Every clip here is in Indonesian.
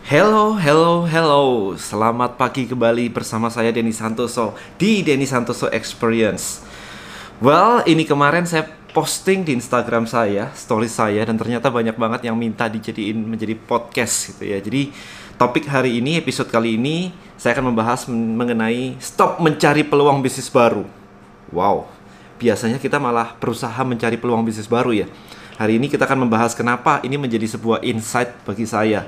Hello, hello, hello. Selamat pagi kembali bersama saya Denny Santoso di Denny Santoso Experience. Well, ini kemarin saya posting di Instagram saya, story saya, dan ternyata banyak banget yang minta dijadiin menjadi podcast gitu ya. Jadi topik hari ini, episode kali ini, saya akan membahas mengenai stop mencari peluang bisnis baru. Wow, biasanya kita malah berusaha mencari peluang bisnis baru ya. Hari ini kita akan membahas kenapa ini menjadi sebuah insight bagi saya.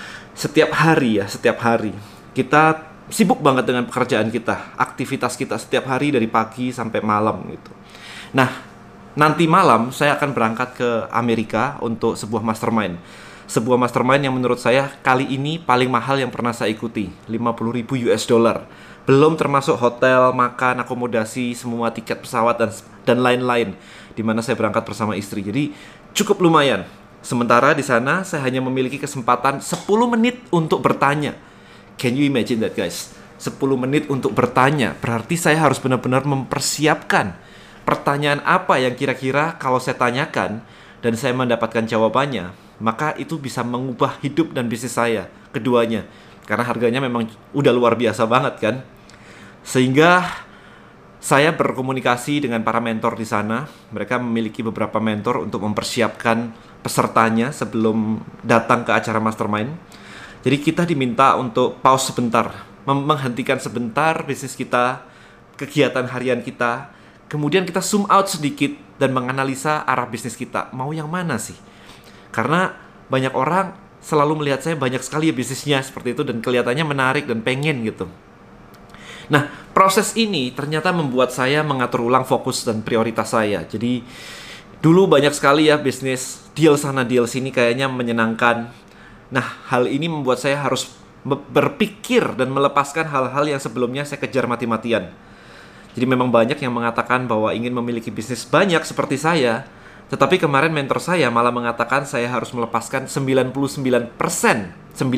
Setiap hari kita sibuk banget dengan pekerjaan kita, aktivitas kita setiap hari dari pagi sampai malam gitu. Nah, nanti malam saya akan berangkat ke Amerika untuk sebuah mastermind. Sebuah mastermind yang menurut saya kali ini paling mahal yang pernah saya ikuti, 50.000 US dollar. Belum termasuk hotel, makan, akomodasi, semua tiket pesawat dan lain-lain, di mana saya berangkat bersama istri. Jadi cukup lumayan. Sementara di sana saya hanya memiliki kesempatan 10 menit untuk bertanya. Can you imagine that, guys? 10 menit untuk bertanya. Berarti saya harus benar-benar mempersiapkan pertanyaan apa yang kira-kira kalau saya tanyakan dan saya mendapatkan jawabannya, maka itu bisa mengubah hidup dan bisnis saya, keduanya. Karena harganya memang udah luar biasa banget kan. Sehingga saya berkomunikasi dengan para mentor di sana. Mereka memiliki beberapa mentor untuk mempersiapkan pesertanya sebelum datang ke acara mastermind. Jadi kita diminta untuk pause sebentar, menghentikan sebentar bisnis kita, kegiatan harian kita. Kemudian kita zoom out sedikit dan menganalisa arah bisnis kita. Mau yang mana sih? Karena banyak orang selalu melihat saya banyak sekali ya bisnisnya seperti itu dan kelihatannya menarik dan pengen gitu. Nah, proses ini ternyata membuat saya mengatur ulang fokus dan prioritas saya. Jadi, dulu banyak sekali ya bisnis deal sana deal sini kayaknya menyenangkan. Nah, hal ini membuat saya harus berpikir dan melepaskan hal-hal yang sebelumnya saya kejar mati-matian. Jadi memang banyak yang mengatakan bahwa ingin memiliki bisnis banyak seperti saya. Tetapi kemarin mentor saya malah mengatakan saya harus melepaskan 99%,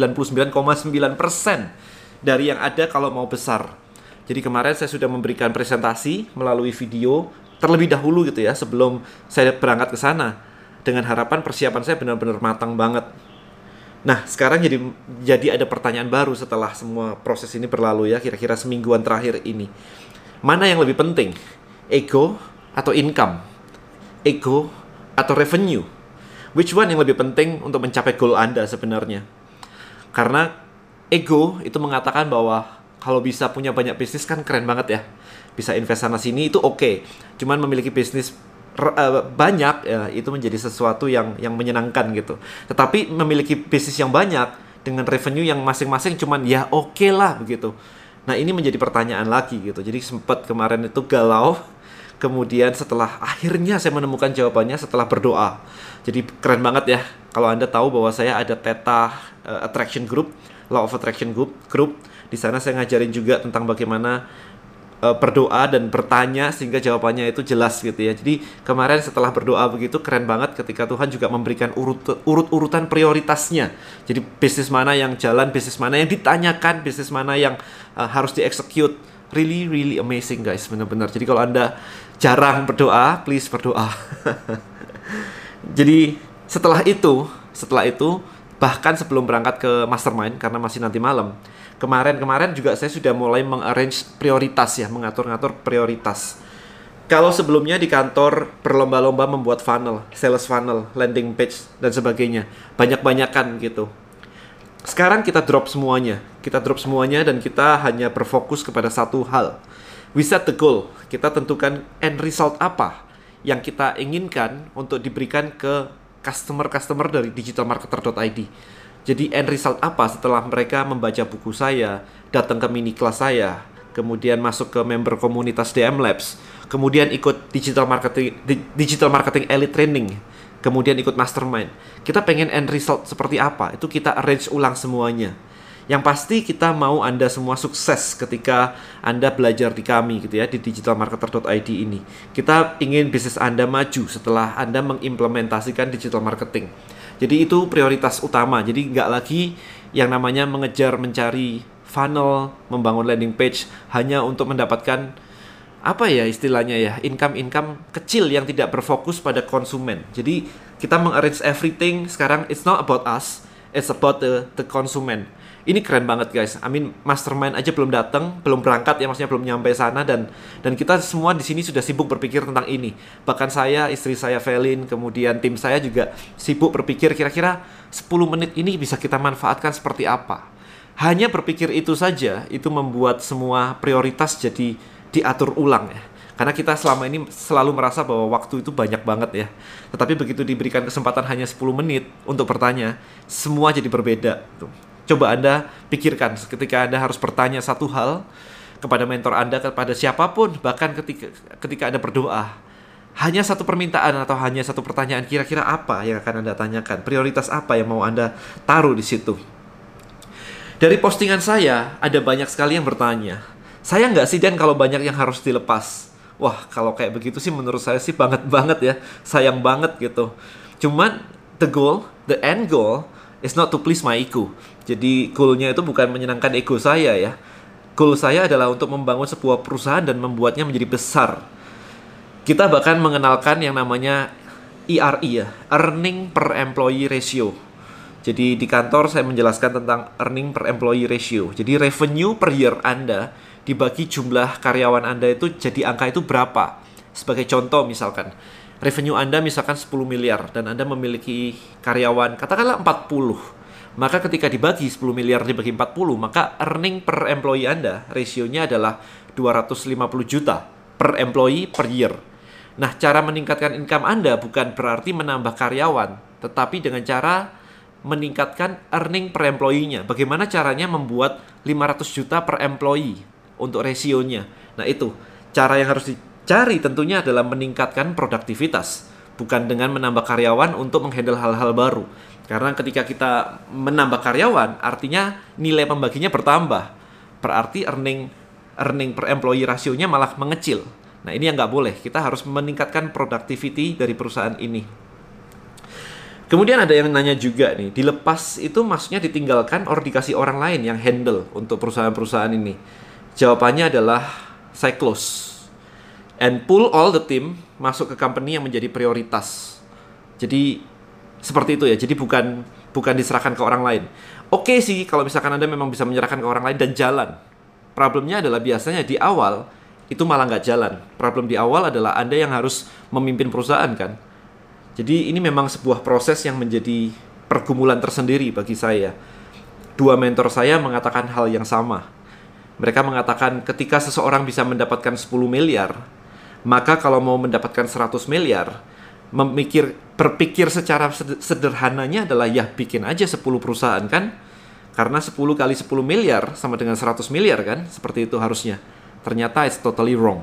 99,9% dari yang ada kalau mau besar. Jadi kemarin saya sudah memberikan presentasi melalui video terlebih dahulu gitu ya, sebelum saya berangkat ke sana, dengan harapan persiapan saya benar-benar matang banget. Nah, sekarang jadi ada pertanyaan baru setelah semua proses ini berlalu ya, kira-kira semingguan terakhir ini. Mana yang lebih penting? Ego atau income? Ego atau revenue? Which one yang lebih penting untuk mencapai goal Anda sebenarnya? Karena ego itu mengatakan bahwa kalau bisa punya banyak bisnis kan keren banget ya. Bisa invest sana sini itu oke. Cuman memiliki bisnis banyak ya, itu menjadi sesuatu yang menyenangkan gitu. Tetapi memiliki bisnis yang banyak dengan revenue yang masing-masing cuman ya oke lah begitu. Nah, ini menjadi pertanyaan lagi gitu. Jadi sempat kemarin itu galau. Kemudian setelah akhirnya saya menemukan jawabannya setelah berdoa. Jadi keren banget ya kalau Anda tahu bahwa saya ada Theta Attraction Group, Law of Attraction Group. Di sana saya ngajarin juga tentang bagaimana berdoa dan bertanya sehingga jawabannya itu jelas gitu ya. Jadi kemarin setelah berdoa begitu keren banget ketika Tuhan juga memberikan urut-urutan prioritasnya. Jadi bisnis mana yang jalan, bisnis mana yang ditanyakan, bisnis mana yang harus di-execute. Really, really amazing guys, benar-benar. Jadi kalau Anda jarang berdoa, please berdoa. Jadi setelah itu bahkan sebelum berangkat ke mastermind karena masih nanti malam, kemarin juga saya sudah mulai mengarrange prioritas ya, mengatur-ngatur prioritas. Kalau sebelumnya di kantor berlomba-lomba membuat funnel, sales funnel, landing page dan sebagainya, banyak-banyakan gitu. Sekarang kita drop semuanya dan kita hanya berfokus kepada satu hal. We set the goal. Kita tentukan end result apa yang kita inginkan untuk diberikan ke customer dari digitalmarketer.id. Jadi end result apa setelah mereka membaca buku saya, datang ke mini kelas saya, kemudian masuk ke member komunitas DM Labs, kemudian ikut digital marketing elite training, kemudian ikut mastermind. Kita pengen end result seperti apa? Itu kita arrange ulang semuanya. Yang pasti kita mau Anda semua sukses ketika Anda belajar di kami gitu ya, di digitalmarketer.id ini. Kita ingin bisnis Anda maju setelah Anda mengimplementasikan digital marketing. Jadi itu prioritas utama. Jadi nggak lagi yang namanya mencari funnel, membangun landing page hanya untuk mendapatkan apa ya istilahnya ya, income kecil yang tidak berfokus pada konsumen. Jadi kita mengarrange everything sekarang, it's not about us, It's about the consumer. Ini keren banget guys. I mean, mastermind aja belum datang, belum berangkat ya, maksudnya belum nyampe sana, dan kita semua di sini sudah sibuk berpikir tentang ini. Bahkan saya, istri saya Velin, kemudian tim saya juga sibuk berpikir kira-kira 10 menit ini bisa kita manfaatkan seperti apa. Hanya berpikir itu saja itu membuat semua prioritas jadi diatur ulang ya. Karena kita selama ini selalu merasa bahwa waktu itu banyak banget ya. Tetapi begitu diberikan kesempatan hanya 10 menit untuk bertanya, semua jadi berbeda tuh. Coba Anda pikirkan ketika Anda harus bertanya satu hal kepada mentor Anda, kepada siapapun, bahkan ketika Anda berdoa, hanya satu permintaan atau hanya satu pertanyaan, kira-kira apa yang akan Anda tanyakan? Prioritas apa yang mau Anda taruh di situ? Dari postingan saya, ada banyak sekali yang bertanya, saya nggak sih Dan kalau banyak yang harus dilepas? Wah, kalau kayak begitu sih menurut saya sih banget ya, sayang banget gitu. Cuman the end goal is not to please my ego. Jadi goalnya itu bukan menyenangkan ego saya ya. Goal saya adalah untuk membangun sebuah perusahaan dan membuatnya menjadi besar. Kita bahkan mengenalkan yang namanya ERE ya, Earning per Employee Ratio. Jadi di kantor saya menjelaskan tentang Earning per Employee Ratio. Jadi revenue per year Anda dibagi jumlah karyawan Anda itu jadi angka itu berapa. Sebagai contoh misalkan, revenue Anda misalkan 10 miliar dan Anda memiliki karyawan katakanlah 40. Maka ketika dibagi 10 miliar dibagi 40, maka earning per employee Anda rasionya adalah 250 juta per employee per year. Nah, cara meningkatkan income Anda bukan berarti menambah karyawan, tetapi dengan cara meningkatkan earning per employee-nya. Bagaimana caranya membuat 500 juta per employee untuk rasionya. Nah, itu cara yang harus dicari tentunya adalah meningkatkan produktivitas, bukan dengan menambah karyawan untuk menghandle hal-hal baru. Karena ketika kita menambah karyawan, artinya nilai pembaginya bertambah. Berarti earning per employee rasionya malah mengecil. Nah, ini yang nggak boleh. Kita harus meningkatkan productivity dari perusahaan ini. Kemudian ada yang nanya juga nih, dilepas itu maksudnya ditinggalkan atau dikasih orang lain yang handle untuk perusahaan-perusahaan ini? Jawabannya adalah saya close. And pull all the team masuk ke company yang menjadi prioritas. Jadi seperti itu ya, jadi bukan diserahkan ke orang lain. Oke sih, kalau misalkan Anda memang bisa menyerahkan ke orang lain dan jalan. Problemnya adalah biasanya di awal, itu malah nggak jalan. Problem di awal adalah Anda yang harus memimpin perusahaan kan. Jadi ini memang sebuah proses yang menjadi pergumulan tersendiri bagi saya. Dua mentor saya mengatakan hal yang sama. Mereka mengatakan ketika seseorang bisa mendapatkan 10 miliar, maka kalau mau mendapatkan 100 miliar, berpikir secara sederhananya adalah ya bikin aja 10 perusahaan kan, karena 10 kali 10 miliar sama dengan 100 miliar kan, seperti itu harusnya. Ternyata it's totally wrong.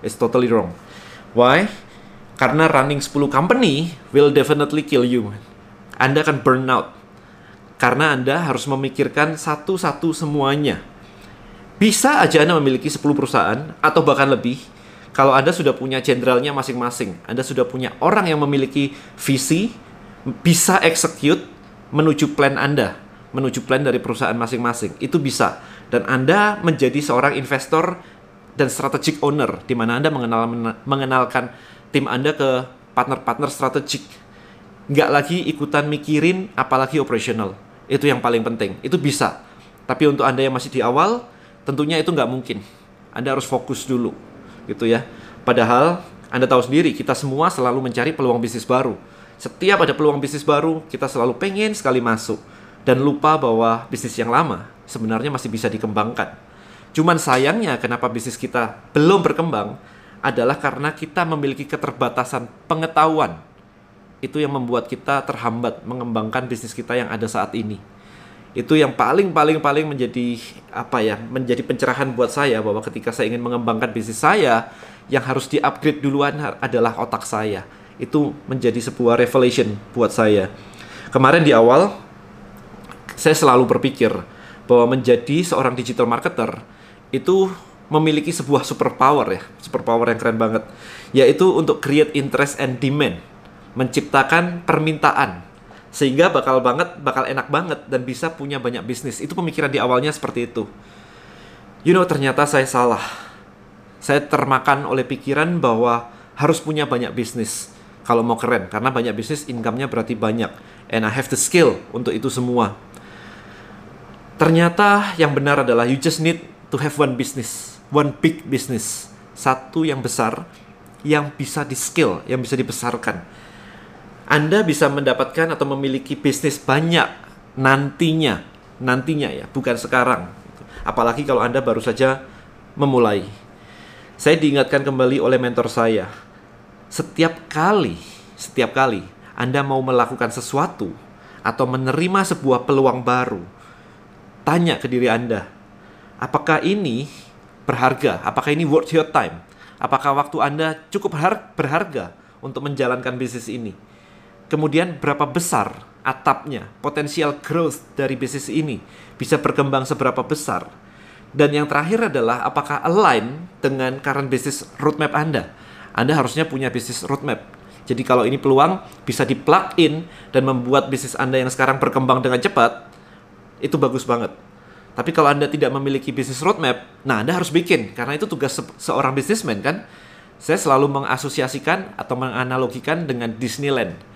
Why? Karena running 10 company will definitely kill you. Anda akan burn out karena Anda harus memikirkan satu-satu semuanya. Bisa aja Anda memiliki 10 perusahaan atau bahkan lebih kalau Anda sudah punya jenderalnya masing-masing. Anda sudah punya orang yang memiliki visi, bisa execute menuju plan Anda, menuju plan dari perusahaan masing-masing. Itu bisa. Dan Anda menjadi seorang investor dan strategic owner, di mana Anda mengenalkan tim Anda ke partner-partner strategik. Nggak lagi ikutan mikirin, apalagi operational. Itu yang paling penting. Itu bisa. Tapi untuk Anda yang masih di awal, tentunya itu nggak mungkin. Anda harus fokus dulu. Gitu ya. Padahal Anda tahu sendiri, kita semua selalu mencari peluang bisnis baru. Setiap ada peluang bisnis baru, kita selalu pengen sekali masuk. Dan lupa bahwa bisnis yang lama sebenarnya masih bisa dikembangkan. Cuman sayangnya kenapa bisnis kita belum berkembang adalah karena kita memiliki keterbatasan pengetahuan. Itu yang membuat kita terhambat mengembangkan bisnis kita yang ada saat ini. Itu yang paling menjadi menjadi pencerahan buat saya, bahwa ketika saya ingin mengembangkan bisnis saya, yang harus di-upgrade duluan adalah otak saya. Itu menjadi sebuah revelation buat saya. Kemarin di awal saya selalu berpikir bahwa menjadi seorang digital marketer itu memiliki sebuah superpower yang keren banget, yaitu untuk create interest and demand, menciptakan permintaan. Sehingga bakal enak banget dan bisa punya banyak bisnis. Itu pemikiran di awalnya seperti itu. Ternyata saya salah. Saya termakan oleh pikiran bahwa harus punya banyak bisnis kalau mau keren. Karena banyak bisnis income-nya berarti banyak. And I have the skill untuk itu semua. Ternyata yang benar adalah you just need to have one business, one big business. Satu yang besar, yang bisa di-scale, yang bisa dibesarkan. Anda bisa mendapatkan atau memiliki bisnis banyak nantinya ya, bukan sekarang. Apalagi kalau Anda baru saja memulai. Saya diingatkan kembali oleh mentor saya, setiap kali Anda mau melakukan sesuatu atau menerima sebuah peluang baru, tanya ke diri Anda, apakah ini berharga? Apakah ini worth your time? Apakah waktu Anda cukup berharga untuk menjalankan bisnis ini? Kemudian berapa besar atapnya, potensial growth dari bisnis ini bisa berkembang seberapa besar? Dan yang terakhir adalah apakah align dengan current business roadmap Anda? Anda harusnya punya bisnis roadmap. Jadi kalau ini peluang bisa di-plug in dan membuat bisnis Anda yang sekarang berkembang dengan cepat, itu bagus banget. Tapi kalau Anda tidak memiliki bisnis roadmap, nah Anda harus bikin, karena itu tugas seorang businessman kan. Saya selalu mengasosiasikan atau menganalogikan dengan Disneyland.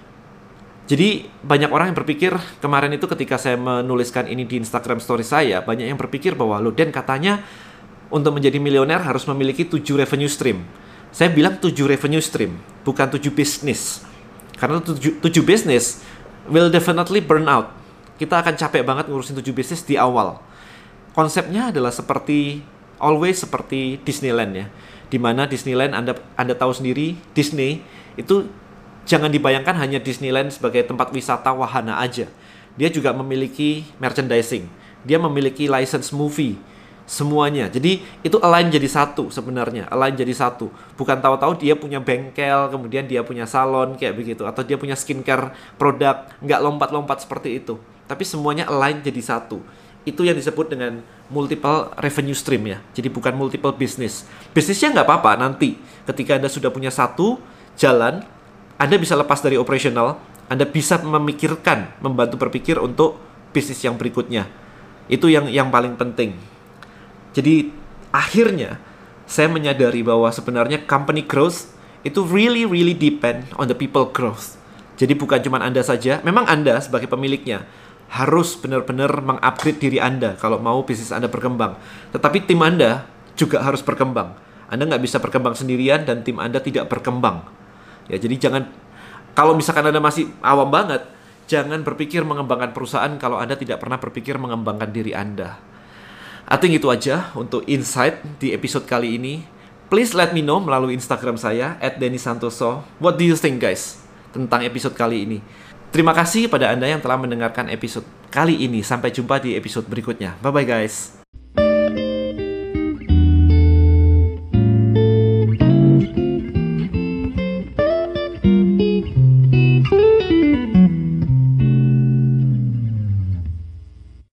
Jadi banyak orang yang berpikir, kemarin itu ketika saya menuliskan ini di Instagram story saya, banyak yang berpikir bahwa loh Dan katanya untuk menjadi miliuner harus memiliki 7 revenue stream. Saya bilang 7 revenue stream, bukan 7 bisnis. Karena 7 bisnis will definitely burn out. Kita akan capek banget ngurusin 7 bisnis di awal. Konsepnya adalah always seperti Disneyland ya. Dimana Disneyland Anda tahu sendiri, Disney itu jangan dibayangkan hanya Disneyland sebagai tempat wisata wahana aja. Dia juga memiliki merchandising. Dia memiliki license movie. Semuanya. Jadi itu align jadi satu sebenarnya. Align jadi satu. Bukan tahu-tahu dia punya bengkel, kemudian dia punya salon kayak begitu. Atau dia punya skincare produk. Nggak lompat-lompat seperti itu. Tapi semuanya align jadi satu. Itu yang disebut dengan multiple revenue stream ya. Jadi bukan multiple business. Bisnisnya nggak apa-apa nanti. Ketika Anda sudah punya satu jalan, Anda bisa lepas dari operasional, Anda bisa membantu berpikir untuk bisnis yang berikutnya. Itu yang paling penting. Jadi akhirnya saya menyadari bahwa sebenarnya company growth itu really depend on the people growth. Jadi bukan cuma Anda saja, memang Anda sebagai pemiliknya harus benar-benar mengupgrade diri Anda kalau mau bisnis Anda berkembang. Tetapi tim Anda juga harus berkembang. Anda nggak bisa berkembang sendirian dan tim Anda tidak berkembang. Ya, jadi kalau misalkan Anda masih awam banget, jangan berpikir mengembangkan perusahaan kalau Anda tidak pernah berpikir mengembangkan diri Anda. I think itu aja untuk insight di episode kali ini. Please let me know melalui Instagram saya @dennysantoso. What do you think guys tentang episode kali ini? Terima kasih pada Anda yang telah mendengarkan episode kali ini. Sampai jumpa di episode berikutnya. Bye bye guys.